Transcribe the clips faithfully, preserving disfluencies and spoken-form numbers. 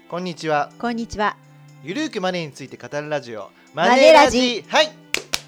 こんにちは。 こんにちは。 ゆるーくマネーについて語るラジオマネラジ。 はい、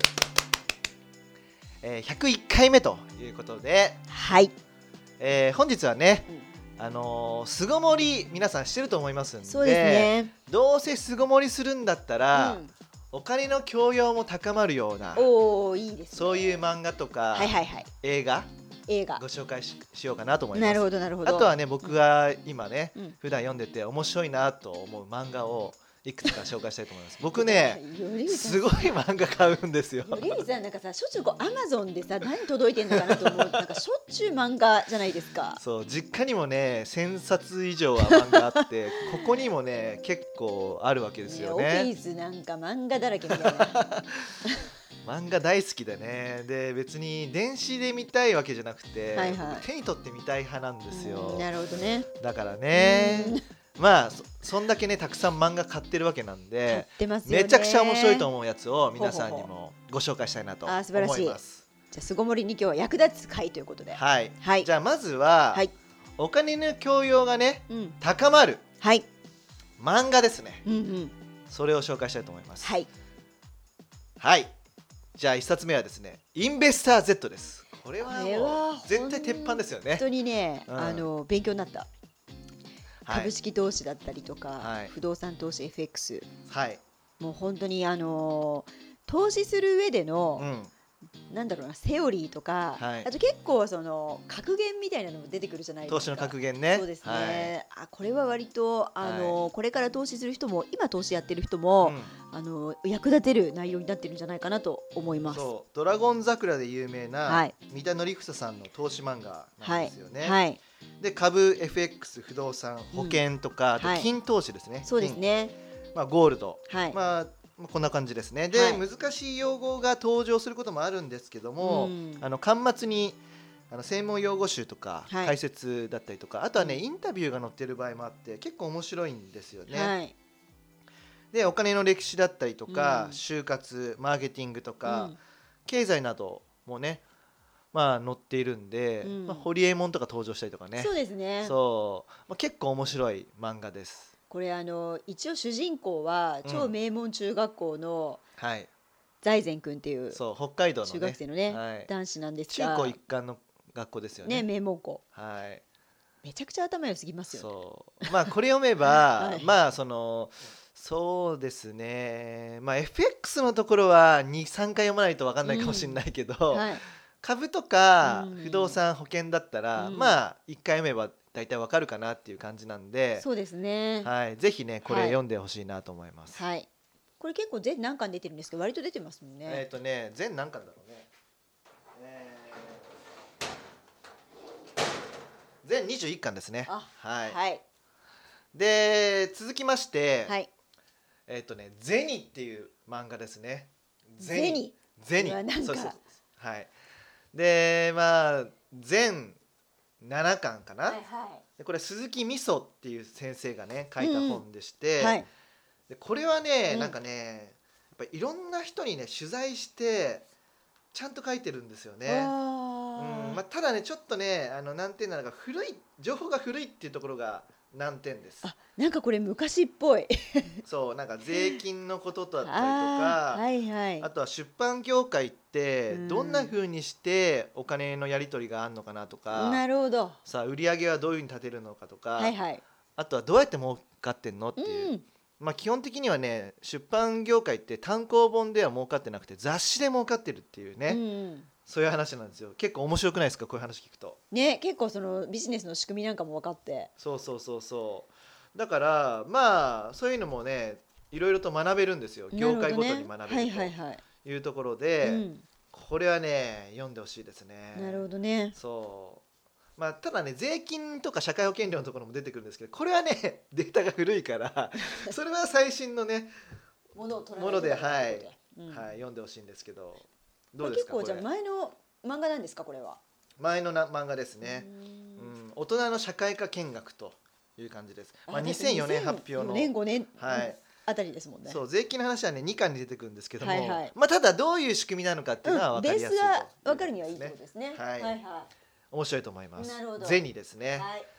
えー、ひゃくいっかいめということで、 はい、 えー、本日はね、うん、あのー、巣ごもり皆さんしてると思いますんで、 そうですね、 どうせ巣ごもりするんだったら、うん、お金の教養も高まるような、 おー、いいですね、 そういう漫画とか、 はいはいはい、 映画映画ご紹介 し, しようかなと思います。 なるほどなるほど。 あとはね、僕が今ね、うん、普段読んでて面白いなと思う漫画をいくつか紹介したいと思います。僕ねすごい漫画買うんですよ。 頼光さんなんかさ、しょっちゅうこうアマゾンでさ何届いてんのかなと思うなんかしょっちゅう漫画じゃないですか。 そう、実家にもねせんさつ以上は漫画あってここにもね結構あるわけですよね。 ね、オフィスなんか漫画だらけみたいな漫画大好きでね。で、別に電子で見たいわけじゃなくて、はいはい、手に取って見たい派なんですよ。 なるほどね。 だからね、まあ そ, そんだけねたくさん漫画買ってるわけなんで、 買ってますよね、 めちゃくちゃ面白いと思うやつを皆さんにもご紹介したいなと思います。 あ、素晴らしい。じゃあ巣ごもりに今日は役立つ回ということで、 はい、はい、じゃあまずは、はい、お金の教養がね、うん、高まる、はい、漫画ですね、うんうん、それを紹介したいと思います。はい、はい、じゃあいっさつめはですね、インベスター Z です。これはもう絶対鉄板ですよね。 本当にね、うん、あの勉強になった。株式投資だったりとか、はい、不動産投資 エフエックス、はい、もう本当にあの投資する上での、うん、なんだろうな、セオリーとか、はい、あと結構その格言みたいなのも出てくるじゃないですか。 投資の格言ね。 そうですね、はい、あ、これは割とあの、はい、これから投資する人も今投資やってる人も、うん、あの役立てる内容になってるんじゃないかなと思います。 そう、ドラゴン桜で有名な、はい、三田紀房さんの投資漫画なんですよね。はいはい、で、株 エフエックス、不動産、保険とか、うん、あと金投資ですね、はい、 そうですね、 まあ、ゴールド、はい、まあこんな感じですね。で、はい、難しい用語が登場することもあるんですけども、うん、あの巻末にあの専門用語集とか解説だったりとか、はい、あとはねインタビューが載ってる場合もあって結構面白いんですよね。はい、で、お金の歴史だったりとか、うん、就活、マーケティングとか、うん、経済などもね、まあ載っているんで、うん、まあ、ホリエモンとか登場したりとかね。 そうですね。 そう、まあ、結構面白い漫画です。 これあの一応主人公は超名門中学校の財前くんっていう、 そう、北海道の、ね、 中学生のね、はい、男子なんですが、 中高一貫の学校ですよね。 ね、名門校。 はい。 めちゃくちゃ頭良すぎますよね。 そう、まあこれ読めば、はい、まあそのそうですね、まあ エフエックス のところはに、さんかい読まないと分かんないかもしれないけど、うん、はい、株とか不動産、保険だったら、うん、まあいっかい読めば大体わかるかなっていう感じなんで、 そうですね、はい、 ぜひねこれ読んでほしいなと思います。 はい、これ結構全何巻出てるんですけど割と出てますもんね。 えっとね、全何巻だろうね、えー、全にじゅういっかんですね。はい、はい、で続きまして、はい、えっとねゼニっていう漫画ですね。 ゼニゼニ、そうそう、はい。で、まあ全ななかんかな、はいはい、でこれ鈴木みそっていう先生がね書いた本でして、うん、はい、でこれはね、うん、なんかねやっぱいろんな人にね取材してちゃんと書いてるんですよね。うん、まあ、ただねちょっとねあの難点なのが古い情報が古いっていうところが難点です。 あ、なんかこれ昔っぽいそう、なんか税金のことだったりとか、あ、はいはい、あとは出版業界ってどんな風にしてお金のやり取りがあるのかなとか、 なるほど、 さあ売り上げはどういう風に立てるのかとか、 はいはい、 あとはどうやって儲かってんのっていう、うん、まあ基本的にはね出版業界って単行本では儲かってなくて雑誌で儲かってるっていうね、うん、そういう話なんですよ。結構面白くないですか、こういう話聞くとね。結構そのビジネスの仕組みなんかも分かって、 そうそうそうそう、だからまあそういうのもねいろいろと学べるんですよ、業界ごとに学べるというところで、うん、これはね読んでほしいですね。 なるほどね。 そう、まあ、ただね税金とか社会保険料のところも出てくるんですけど、これはねデータが古いからそれは最新のねもので、はい、うん、はい、読んでほしいんですけど、どうですか。 結構じゃあ前の漫画なんですか、これは。 前のな漫画ですね。うん、大人の社会科見学という感じです。まあ、にせんよねん発表のよねんごねん、はい、あたりですもんね。 そう、税金の話はねにかんに出てくるんですけども、 はいはい、 まあ、ただどういう仕組みなのかっていうのは分かりやすいと、 うん、ベースが分かるにはいいってことですね。 はい、はいはい、面白いと思います。 なるほど、 ゼニですね。 はい、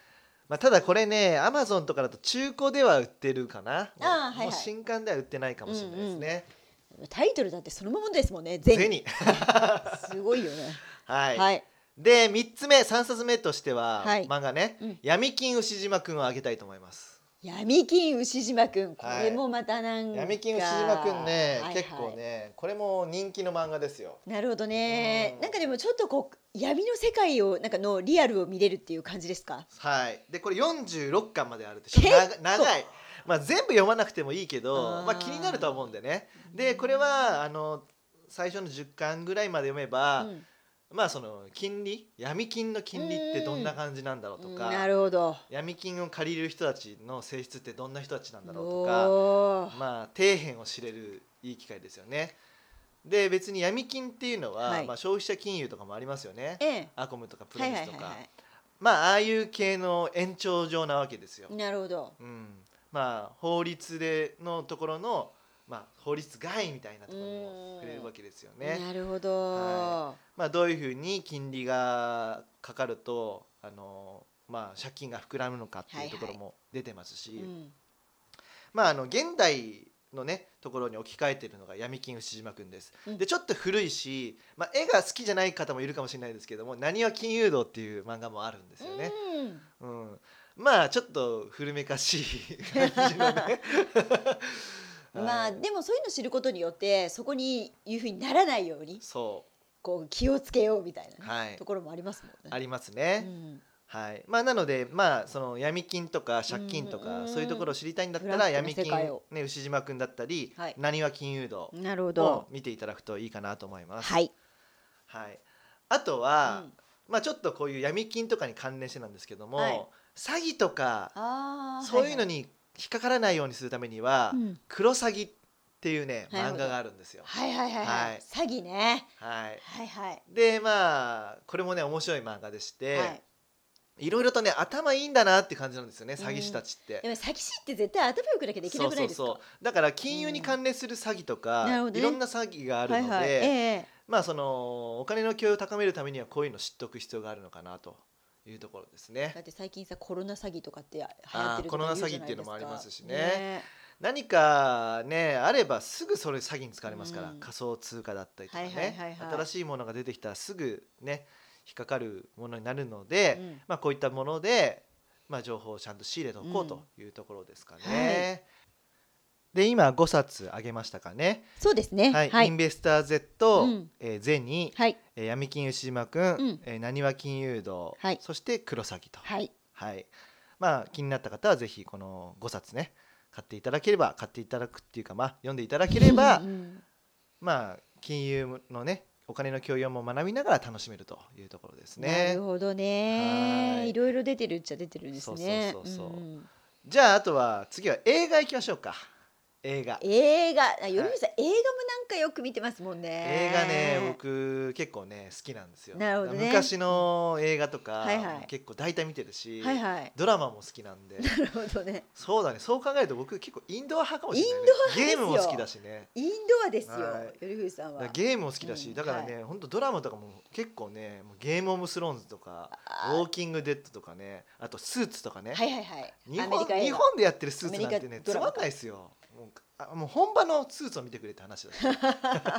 まあ、ただこれねアマゾンとかだと中古では売ってるかな。 あ、はいはい、 もう新刊では売ってないかもしれないですね、 うんうん、タイトルだってそのままですもんね。ゼニすごいよねはい、はい、でみっつめさんさつめとしては、はい、漫画ね、うん、闇金牛島くんをあげたいと思います。 闇金牛島くん、これもまたなんか、 はい、闇金牛島くんね、はいはい、結構ねこれも人気の漫画ですよ。 なるほどね、うん、なんかでもちょっとこう闇の世界をなんかのリアルを見れるっていう感じですか。 はい。でこれよんじゅうろっかんまであるでしょ。長い。まあ全部読まなくてもいいけど、まあ気になるとは思うんでね。でこれはあの最初のじゅっかんぐらいまで読めば、うん、まあその金利、闇金の金利ってどんな感じなんだろうとか、 なるほど、 闇金を借りる人たちの性質ってどんな人たちなんだろうとか、まあ底辺を知れるいい機会ですよね。で別に闇金っていうのは、はい、まあ、消費者金融とかもありますよね、ええ、アコムとかプロミスとか、まあああいう系の延長上なわけですよ。 なるほど、 うん、まあ法律でのところの、まあ、法律外みたいなところにも触れるわけですよね。 なるほど、 はい、まあ、どういうふうに金利がかかるとあの、まあ、借金が膨らむのかっていうところも出てますし、はいはい、うん、まああの現代のねところに置き換えているのが闇金牛島くんです、うん、でちょっと古いし、まあ、絵が好きじゃない方もいるかもしれないですけども、なにわ金融道っていう漫画もあるんですよね、うん、うん、まあちょっと古めかしい感じのねまあでもそういうのを知ることによってそこにいうふうにならないようにそうこう気をつけようみたいな、ね、はい、ところもありますもんね。 ありますね、うん、はい、まあ、なので、まあ、その闇金とか借金とか、うん、そういうところを知りたいんだったら闇金、ね、牛島くんだったりなにわ金融道を見ていただくといいかなと思います。はい、はい、あとは、うん、まあ、ちょっとこういう闇金とかに関連してなんですけども、はい、詐欺とかそういうのに引っかからないようにするためには、はいはい、クロサギっていうね漫画があるんですよ。 はいはいはい、はい、詐欺ね、 はい、はいはい、でまあこれもね面白い漫画でして、はい、いろいろとね頭いいんだなって感じなんですよね、詐欺師たちって。 でも詐欺師って絶対頭良くなきゃできなくないですか。そうそうそう、 だから金融に関連する詐欺とか、うんね、いろんな詐欺があるので、はいはい、えー、まあそのお金の供与を高めるためにはこういうの知っておく必要があるのかなというところですね。 だって最近さコロナ詐欺とかって流行ってるとか言うじゃないですか。 コロナ詐欺っていうのもありますしね、ね、何かねあればすぐそれ詐欺に使われますから、うん、仮想通貨だったりとかね、はいはいはいはい、新しいものが出てきたらすぐね引っかかるものになるので、うん、まあ、こういったもので、まあ、情報をちゃんと仕入れておこうというところですかね、うん、はい、で今ごさつあげましたかね。 そうですね、 はいはい、インベスター Z、うん、えー、ゼニ、はい、えー、闇金牛島くん、うん、えー、なにわ金融道、はい、そしてクロサギと、はいはい、まあ、気になった方はぜひこのごさつね買っていただければ買っていただくっていうか、まあ、読んでいただければ、うん、まあ金融のねお金の教養も学びながら楽しめるというところですね。 なるほどね。はい、いろいろ出てるっちゃ出てるんですね。 そうそうそうそう、うん、じゃああとは次は映画行きましょうか。映画映画頼文さん、はい、映画もなんかよく見てますもんね。 映画ね僕結構ね好きなんですよ。なるほどね、昔の映画とか、はいはい、結構大体見てるし、はいはい、ドラマも好きなんで。 なるほどね。 そうだね、そう考えると僕結構インドア派かもしれない、ね、インドアゲームも好きだしね。 インドアですよ、頼文さんは。 ゲームも好きだし、うん、だからね、はい、ほんとドラマとかも結構ねもうゲームオブスローンズとかウォーキングデッドとかね、あとスーツとかね、はいはいはい、日本、日本でやってるスーツなんてねつまんないですよ。もうあもう本場のスーツを見てくれって話だし私ね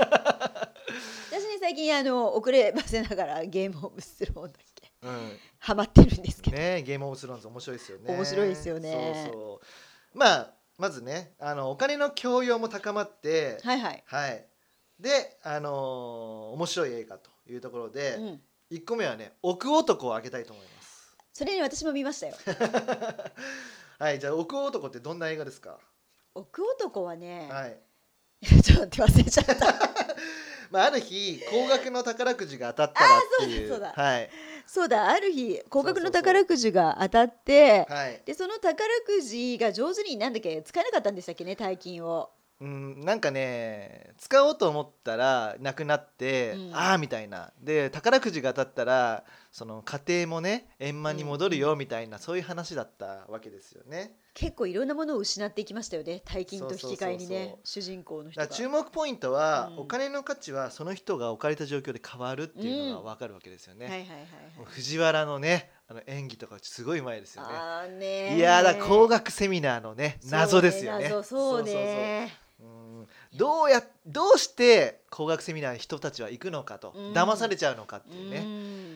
最近あの遅ればせながらゲームオブスローンだっけ、うん、ハマってるんですけどね。ゲームオブスローンズ面白いですよね。 面白いですよね。 そうそう、まあまずねあのお金の教養も高まって、はいはい、はい、であのー、面白い映画というところで、うん、いっこめはね奥男をあげたいと思います。 それに私も見ましたよはい、じゃあ奥男ってどんな映画ですか。 奥男はね、はい、ちょっと待って忘れちゃったまあある日高額の宝くじが当たったらっていう、 そうだそうだ、はい、そうだある日高額の宝くじが当たって、はい、でその宝くじが上手になんだっけ使えなかったんでしたっけね、大金を。 うん、なんかね使おうと思ったらなくなって、うん、ああみたいなで宝くじが当たったらその家庭もね円満に戻るよみたいな、うん、そういう話だったわけですよね。 結構いろんなものを失っていきましたよね、大金と引き換えにね。そうそうそうそう、主人公の人が。 注目ポイントは、うん、お金の価値はその人が置かれた状況で変わるっていうのが分かるわけですよね。藤原のねあの演技とかすごいうまいですよね。 あーねー、 いやだ工学セミナーのね謎ですよね。 そうね、謎そうね。 そうそうそう、うん、どうやどうして工学セミナーに人たちは行くのかと、うん、騙されちゃうのかっていうね、うん、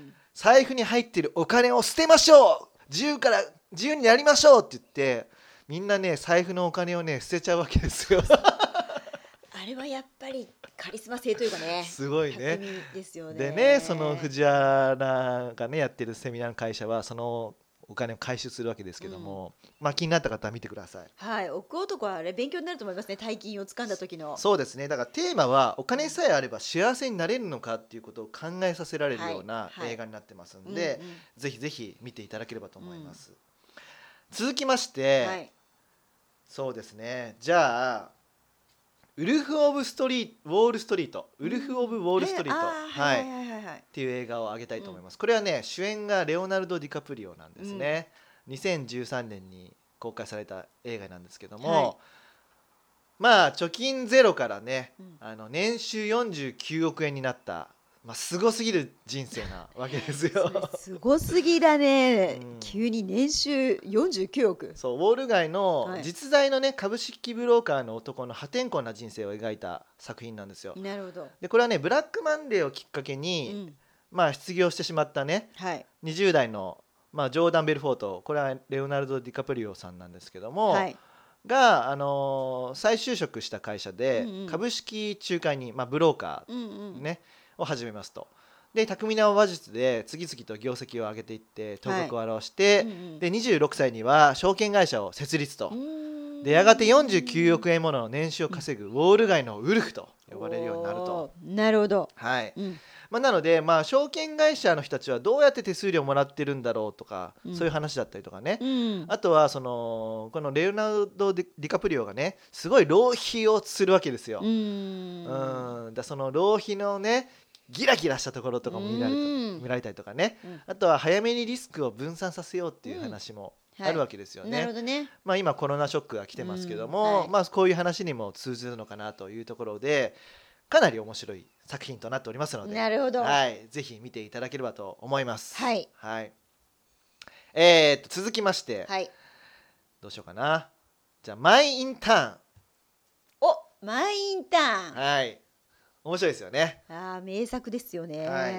財布に入ってるお金を捨てましょう、自由から自由になりましょうって言ってみんなね財布のお金をね捨てちゃうわけですよ。 あれはやっぱりカリスマ性というかね、 すごいね。 ですよね。 でね、その藤原がねやってるセミナーの会社はそのお金を回収するわけですけども、うん、まあ気になった方は見てください。 はい、億男はあれ勉強になると思いますね。大金を掴んだ時の。 そうですね。だからテーマはお金さえあれば幸せになれるのかっていうことを考えさせられるような映画になってますんで、はいはい、ぜひぜひ見ていただければと思います。うん、続きまして、はい、そうですね。じゃあウルフ・オブ・ストリート、ウォール・ストリート、ウルフ・オブ・ウォール・ストリート、はい、っていう映画を挙げたいと思います。うん、これはね、主演がレオナルド・ディカプリオなんですね。うん、にせんじゅうさんねんに公開された映画なんですけども、はい、まあ貯金ゼロからね、うん、あの年収よんじゅうきゅうおくえんになった。まあ、すごすぎる人生なわけですよ。 すごすぎだね、うん、急に年収よんじゅうきゅうおく。 そう、ウォール街の実在のね、はい、株式ブローカーの男の破天荒な人生を描いた作品なんですよ。 なるほど。 でこれはねブラックマンデーをきっかけに、うん、まあ失業してしまったね、はい、にじゅう代の、まあ、ジョーダン・ベルフォート、これはレオナルド・ディカプリオさんなんですけども、はい、が、あのー、再就職した会社で、うんうん、株式仲介人、まあ、ブローカー、ね、うんうん、を始めますと。で巧みな話術で次々と業績を上げていって頭角を現して、はい、うんうん、でにじゅうろくさいには証券会社を設立と。でやがてよんじゅうきゅうおくえんものの年収を稼ぐウォール街のウルフと呼ばれるようになると。 なるほど、 はい、うん、まあ、なので、まあ、証券会社の人たちはどうやって手数料もらってるんだろうとか、うん、そういう話だったりとかね、うん、あとはそのこのレオナルド・ディカプリオがねすごい浪費をするわけですよ。うん、うんだその浪費のねギラギラしたところとかも見られた、見られたりとかね、うん、あとは早めにリスクを分散させようっていう話もあるわけですよね。はい、なるほどね。まあ、今コロナショックが来てますけども、はい、まあ、こういう話にも通じるのかなというところでかなり面白い作品となっておりますので、 なるほど、 はい、ぜひ見ていただければと思います。はい、はい、えー、と続きまして、はい、どうしようかな。じゃあマイ・インターン。 おマイ・インターン、 はい、面白いですよね。 あ、名作ですよね。はい、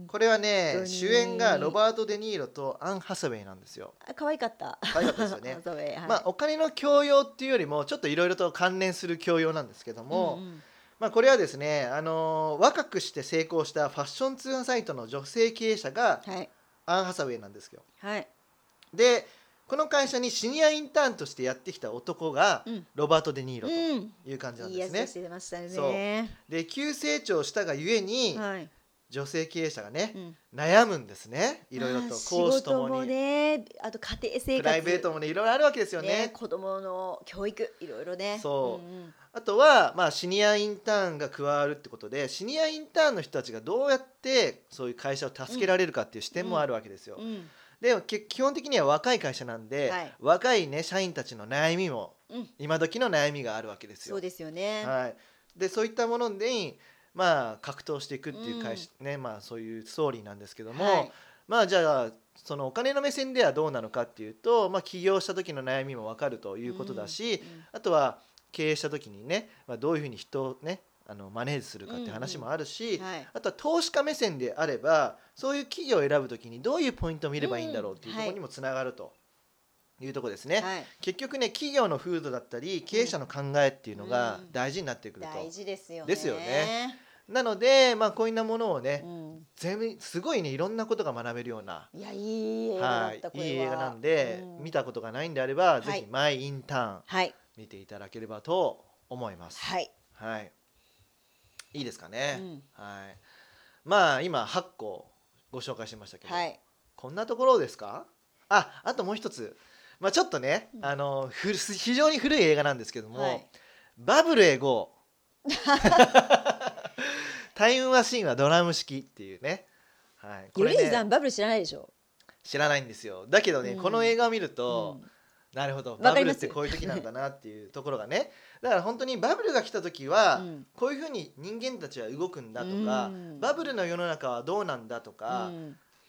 これはね主演がロバート・デ・ニーロとアン・ハサウェイなんですよ。 可愛かった。 可愛かったですよね。はい、まあお金の教養っていうよりもちょっといろいろと関連する教養なんですけども、うんうん、まあ、これはですね、あのー、若くして成功したファッション通販サイトの女性経営者がアン・ハサウェイなんですよ。はい、でこの会社にシニアインターンとしてやってきた男がロバート・デ・ニーロという感じなんですね。うん、いいやつしてましたね。そうで急成長したがゆえに、はい、女性経営者がね、うん、悩むんですね。いろいろと講師ともに、仕事もね、 あと家庭生活、 プライベートもねいろいろあるわけですよね。ね、 子供の教育いろいろね。 そう、うんうん、あとは、まあ、シニアインターンが加わるってことでシニアインターンの人たちがどうやってそういう会社を助けられるかっていう視点もあるわけですよ。うんうんうん、で基本的には若い会社なんで、はい、若い、ね、社員たちの悩みも、うん、今時の悩みがあるわけですよ。 そうですよね。 はい、でそういったもので、まあ、格闘していくっていう会社、うんね、まあ、そういうストーリーなんですけども、はい、まあ、じゃあそのお金の目線ではどうなのかっていうと、まあ、起業した時の悩みも分かるということだし、うんうん、あとは経営した時にね、まあ、どういうふうに人をねあのマネージするかって話もあるし、うんうん、はい、あとは投資家目線であればそういう企業を選ぶときにどういうポイントを見ればいいんだろうっていうところにもつながるというところですね。はい、結局ね企業の風土だったり経営者の考えっていうのが大事になってくると、 うんうん、大事ですよね。 ですよね。なので、まあ、こういうなものをね、うん、全部すごいねいろんなことが学べるような、 いやいい映画だった、 はい、いい映画なんで、うん、見たことがないんであれば、はい、ぜひマイ・インターン、はい、見ていただければと思います。はい、はい、いいですかね。うん、はい、まあ今はっこご紹介しましたけど、はい、こんなところですか。あ、あともう一つ、まあ、ちょっとね、うん、あの非常に古い映画なんですけども、はい、バブルへ ゴー タイムマシーンはドラム式っていうね、はい、 これね、ユリーさんバブル知らないでしょ。 知らないんですよ。だけどね、うん、この映画を見ると、うん、なるほどバブルってこういう時なんだなっていうところがねだから本当にバブルが来た時は、うん、こういうふうに人間たちは動くんだとか、うん、バブルの世の中はどうなんだとか、うん、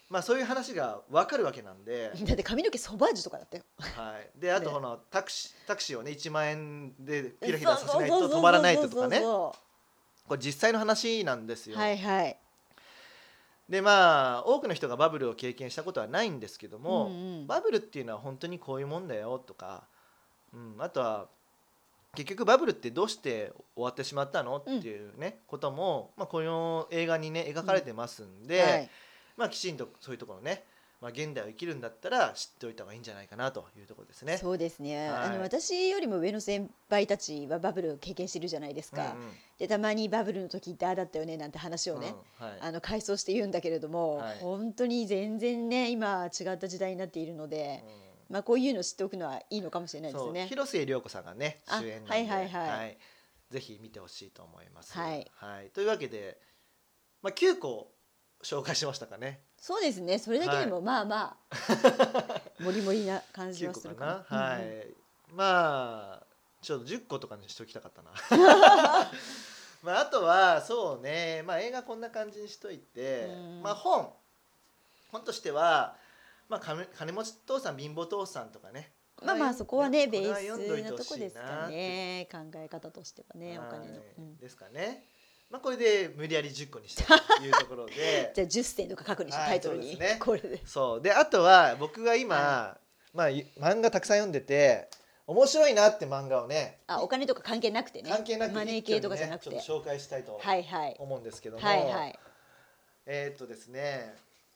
まあそういう話が分かるわけなんでだって髪の毛ソバージュとかだったよ、 はい、であとこのタクシー、タクシーをねいちまんえんでピラピラさせないと止まらないととかね、これ実際の話なんですよ。 はいはい。 でまあ多くの人がバブルを経験したことはないんですけども、 うんうん、 バブルっていうのは本当にこういうもんだよとか、うん、あとは結局バブルってどうして終わってしまったのっていうね、うん、ことも、まあ、この映画にね描かれてますんで、うんはい、まあ、きちんとそういうところね、まあ、現代を生きるんだったら知っておいた方がいいんじゃないかなというところですね。 そうですね、はい、あの私よりも上の先輩たちはバブルを経験してるじゃないですか、うんうん、でたまにバブルの時ってああだったよねなんて話をね、うんはい、あの回想して言うんだけれども、はい、本当に全然ね今違った時代になっているので、うんまあ、こういうの知っておくのはいいのかもしれないですね。 広末涼子さんがね主演なんで、 はいはいはい、はい、 ぜひ見てほしいと思います。 はいはい、というわけで、まあ、きゅうこ紹介しましたかね。 そうですね、それだけでもまあまあ、はい、もりもりな感じはするかな。 きゅうこかな、はい、うんうん、まあちょっとじゅっことかにしておきたかったなまああとはそうね、まあ、映画こんな感じにしといて、まあ本本としてはまあ、金, 金持ち父さん貧乏父さんとかね、 まあまあそこはねベースなとこですかね、考え方としてはね、お金の、 うん、ですかね。まあこれで無理やりじゅっこにしたというところでじゃあじゅっせんとか書くにしょ、タイトルに、はい、そうですね、これでそうで、あとは僕が今、はい、まあ漫画たくさん読んでて面白いなって漫画をね、 あお金とか関係なくてね、 関係なくて、 マネー系とかじゃなくて、 ちょっと紹介したいと思うんですけども、 はいはい、 えー、っとですね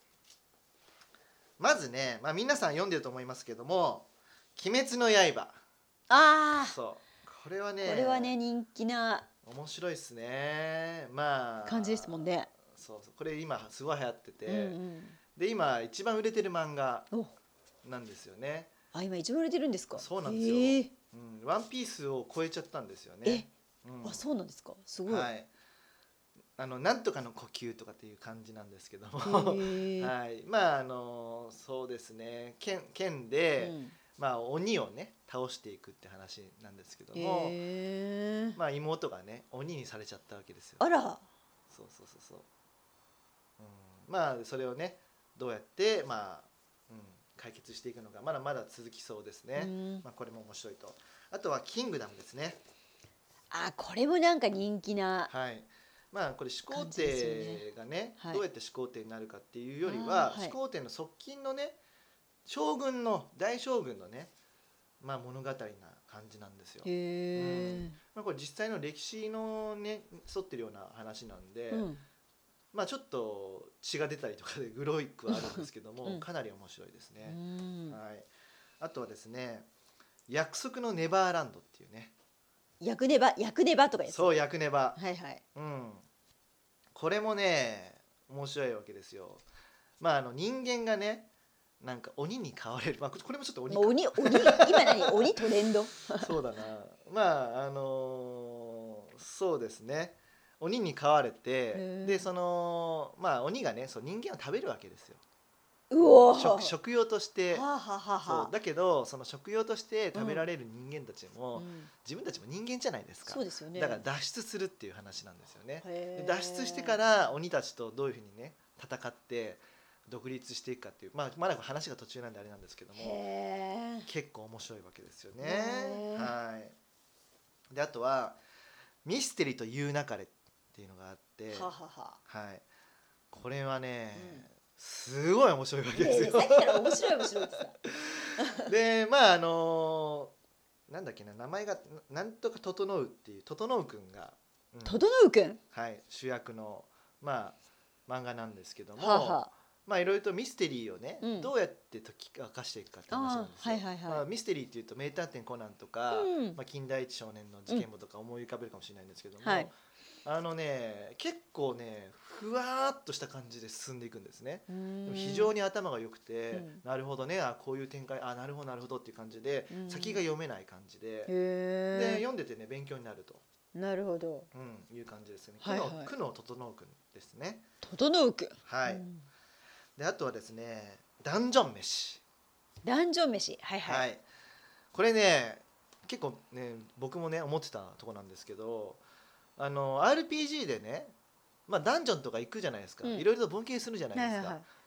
まずね、まあ、皆さん読んでると思いますけども「鬼滅の刃」、 ああそうこれはねこれはね人気な面白いですね、まあ感じですもんね。 そうそうこれ今すごい流行ってて、うんうん、で今一番売れてる漫画なんですよね。 あ今一番売れてるんですか。 そうなんですよ、うん、ワンピースを超えちゃったんですよね。 え、うん、あそうなんですか、すごい、 はい、あのなんとかの呼吸とかっていう感じなんですけどもはい、まああのそうですね、剣剣で、うん、まあ鬼をね倒していくって話なんですけども、まあ妹がね鬼にされちゃったわけですよ。 あら、 そうそうそうそう、うん、まあそれをねどうやってまあ、うん、解決していくのかまだまだ続きそうですね。まあこれも面白いと。あとはキングダムですね。 あこれもなんか人気な、 はい、まあこれ始皇帝がねどうやって始皇帝になるかっていうよりは、始皇帝の側近のね将軍の大将軍のね、まあ、物語な感じなんですよ。へー、うんまあ、これ実際の歴史のね沿ってるような話なんで、うん、まあちょっと血が出たりとかでグロいくはあるんですけども、うん、かなり面白いですね。はい、あとはですね約束のネバーランドっていうね、 役ネバ役ネバとかやつ、 そう役ネバ、 はいはい、 うん、これもね面白いわけですよ。まああの人間がねなんか鬼に変われる、まあ、これもちょっと鬼か鬼鬼今何鬼トレンドそうだな、まああのー、そうですね、鬼に変われて、でそのまあ鬼がねそう人間を食べるわけですよ。 うお食, 食用として、 はあはあはあ、 そうだけどその食用として食べられる人間たちも、うん、自分たちも人間じゃないですか。 そうですよね、 だから脱出するっていう話なんですよね。で脱出してから鬼たちとどういうふうにね戦って独立していくかっていう、まあ、まだ話が途中なんであれなんですけども結構面白いわけですよね。はい、であとはミステリというなかれっていうのがあって、ははは、はい、これはね、うん、すごい面白いわけですよ。 さっきから面白い面白いってさでまああのー、なんだっけな名前がなんとか整うっていう整うくんが、 うん、整うくん、 はい、主役のまあ漫画なんですけども、はあはあ、まあいろいろとミステリーをね、うん、どうやって解き明かしていくかって話なんですよ。はいはいはい、まあ、ミステリーっていうと名探偵コナンとか、うん、まあ、金田一少年の事件簿とか思い浮かべるかもしれないんですけども、うんはい、あのね結構ねふわっとした感じで進んでいくんですね。非常に頭が良くて、うん、なるほどね、あこういう展開、あなるほどなるほどっていう感じで、うん、先が読めない感じで、で読んでてね勉強になると。 なるほど、 うん、いう感じですね。はいはい、久野整くんですね。 整くん、 はい、うん、であとはですねダンジョン飯。 ダンジョン飯、はいはい、はい、 これね結構ね僕もね思ってたとこなんですけど、あの アールピージー でね、まあ、ダンジョンとか行くじゃないですか、うん、いろいろと文献するじゃないですか、はいはいはい、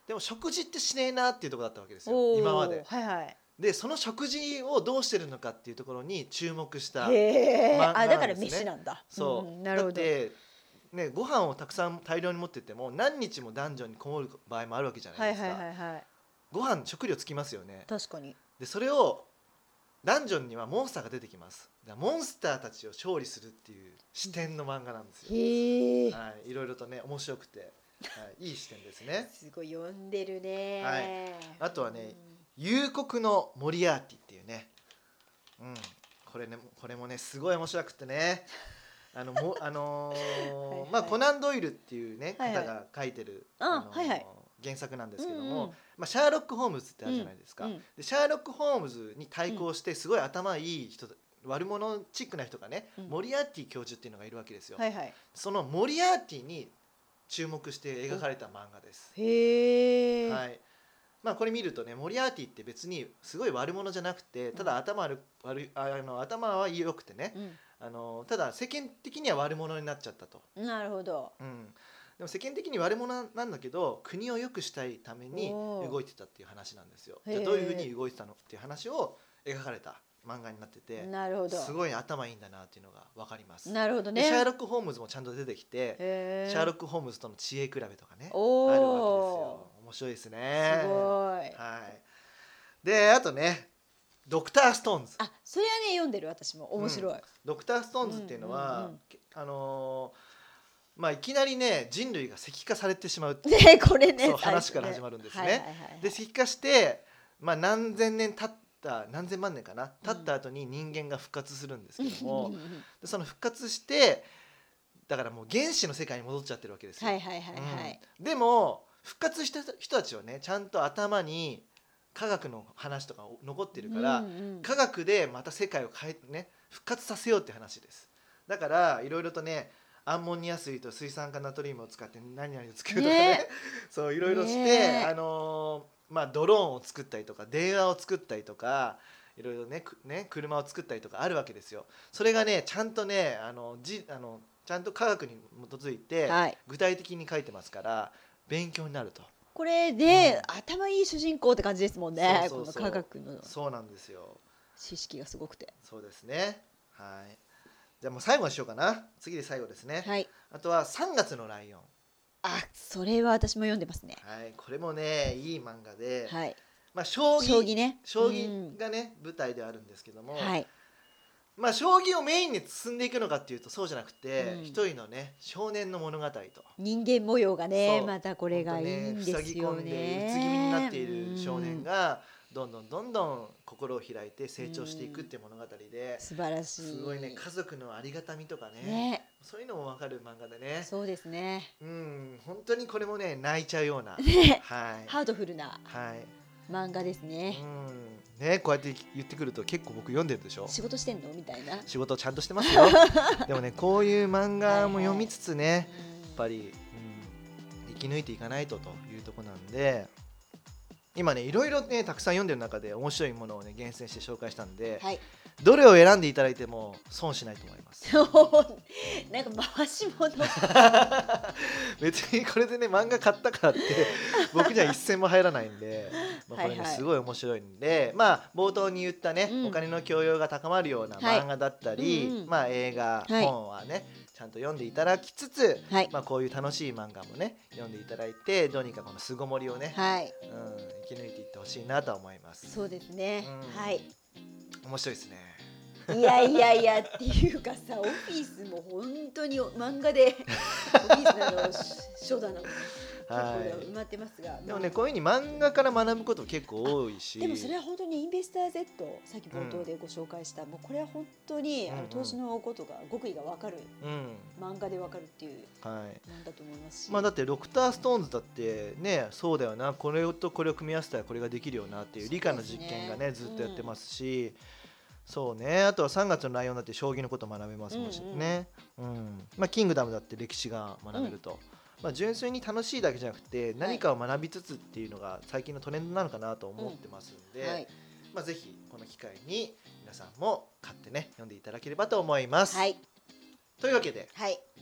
でも食事ってしねえなっていうところだったわけですよ今まで、 はいはい、 でその食事をどうしてるのかっていうところに注目した漫画なんですね。あ、だから飯なんだ。 そう、うん、なるほど。だってね、ご飯をたくさん大量に持ってても何日もダンジョンにこもる場合もあるわけじゃないですか。はいはいはいはい、ご飯食料つきますよね。 確かに。 でそれをダンジョンにはモンスターが出てきます。だモンスターたちを勝利するっていう視点の漫画なんですよ。へえ、はい、いろいろとね面白くて、はい、いい視点ですね。 すごい読んでるね。 はい、あとはね、幽谷のモリアーティっていうね、うん、これねこれもねすごい面白くてね。あのもあのーはいはい、まあコナン・ドイルっていうね、はいはい、方が書いてる、あのーはいはい、原作なんですけども、うんうん、まあ、シャーロック・ホームズってあるじゃないですか、うんうん、でシャーロック・ホームズに対抗してすごい頭いい人、うん、悪者チックな人がね、うん、モリアーティ教授っていうのがいるわけですよ、はいはい、そのモリアーティに注目して描かれた漫画です。へー、はい、まあ、これ見るとねモリアーティって別にすごい悪者じゃなくて、ただ頭悪悪いあの頭は良くてね、うん、あのただ世間的には悪者になっちゃったと。 なるほど、 うん、でも世間的に悪者なんだけど国を良くしたいために動いてたっていう話なんですよ。じゃあどういうふうに動いてたのっていう話を描かれた漫画になってて、なるほど、すごい頭いいんだなっていうのが分かります。なるほどね。シャーロック・ホームズもちゃんと出てきて、シャーロック・ホームズとの知恵比べとかねあるわけですよ。面白いですね。すごい、はい、であとねドクターストーンズ、 あ、それはね読んでる私も面白い、うん、 ドクターストーンズっていうのは、うんうんうん、あのー、まあいきなりね人類が石化されてしまうっていう、ね、これねそう話から始まるんですね、はいはいはいはい、で石化して、まあ、何千年経った何千万年かな経った後に人間が復活するんですけども、うん、でその復活してだからもう原始の世界に戻っちゃってるわけですよ、はいはいはいはい、うん、でも復活した人たちはねちゃんと頭に科学の話とか残ってるから、うんうん、科学でまた世界を変えてね復活させようって話です。だからいろいろとねアンモニア水と水酸化ナトリウムを使って何々を作るとかね、ねそういろいろして、ね、あのー、まあドローンを作ったりとか電話を作ったりとかいろいろ ね, ね車を作ったりとかあるわけですよ。それがねちゃんとねあのじあのちゃんと科学に基づいて具体的に書いてますから、はい、勉強になると。 これで、うん、頭いい主人公って感じですもんね。そうそうそう、この科学のそうなんですよ。 知識がすごくて。 そうですね。はい。じゃあもう最後にしようかな。次で最後ですね。はい。あとはさんがつのライオン。 あ、それは私も読んでますね。 はい。これもねいい漫画で、 はい。 まあ将棋将棋ね。 将棋がね、うん、舞台であるんですけども。はい。まあ、将棋をメインに進んでいくのかっていうとそうじゃなくて、うん、一人のね少年の物語と人間模様がねまたこれがいいんですよね。塞ぎ込んでうつ気味になっている少年がどんどんどんどん心を開いて成長していくっていう物語で、 うん、素晴らしい。 すごいね家族のありがたみとか ね, ねそういうのも分かる漫画でね。 そうですね。 うん本当にこれもね泣いちゃうような、 ねはい、ハートフルな、はい漫画ですね。 うんねこうやって言ってくると結構僕読んでるでしょ。 仕事してんのみたいな。 仕事ちゃんとしてますよでもねこういう漫画も読みつつね、はいはい、やっぱり、うん、生き抜いていかないとというところなんで今ねいろいろねたくさん読んでる中で面白いものをね厳選して紹介したんで、はい、どれを選んでいただいても損しないと思いますなんか回し物別にこれでね漫画買ったからって僕には一銭も入らないんで、まあ、これねすごい面白いんで、はいはい、まあ冒頭に言ったね、うん、お金の教養が高まるような漫画だったり、はいうんうん、まあ映画、はい、本はねちゃんと読んでいただきつつ、はい、まあこういう楽しい漫画もね読んでいただいてどうにかこの巣ごもりをね、はいうん、生き抜いていってほしいなと思います。 そうですね、うん、はい面白いですね。 いやいやいやっていうかさオフィスも本当に漫画でオフィスなの書だな結構埋まってますが、 でもねこういう風に漫画から学ぶこと結構多いし、 でもそれは本当にインベスター Z さっき冒頭でご紹介した、うん、もうこれは本当に、うん、あの投資のことが極意が分かる、うん、漫画で分かるっていうなんだと思いますし、 まあ、だってドクターストーンズだってねそうだよなこれとこれを組み合わせたらこれができるよなっていう理科の実験がねずっとやってますし、うんそうね、あとはさんがつのライオンだって将棋のこと学べますもんね、うんうんうんまあ、キングダムだって歴史が学べると、うんまあ、純粋に楽しいだけじゃなくて何かを学びつつっていうのが最近のトレンドなのかなと思ってますんで、うんはいまあ、ぜひこの機会に皆さんも買ってね読んでいただければと思います、はい、というわけで、はい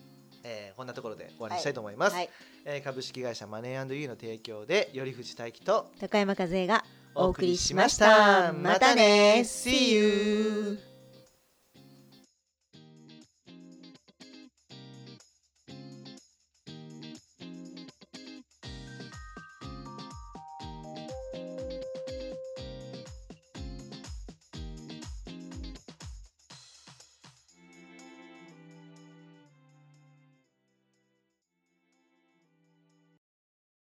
えー、こんなところで終わりにしたいと思います、はいはい、えー、株式会社マネー&ユーの提供で頼藤大樹と高山和恵がお送りしました。またね See you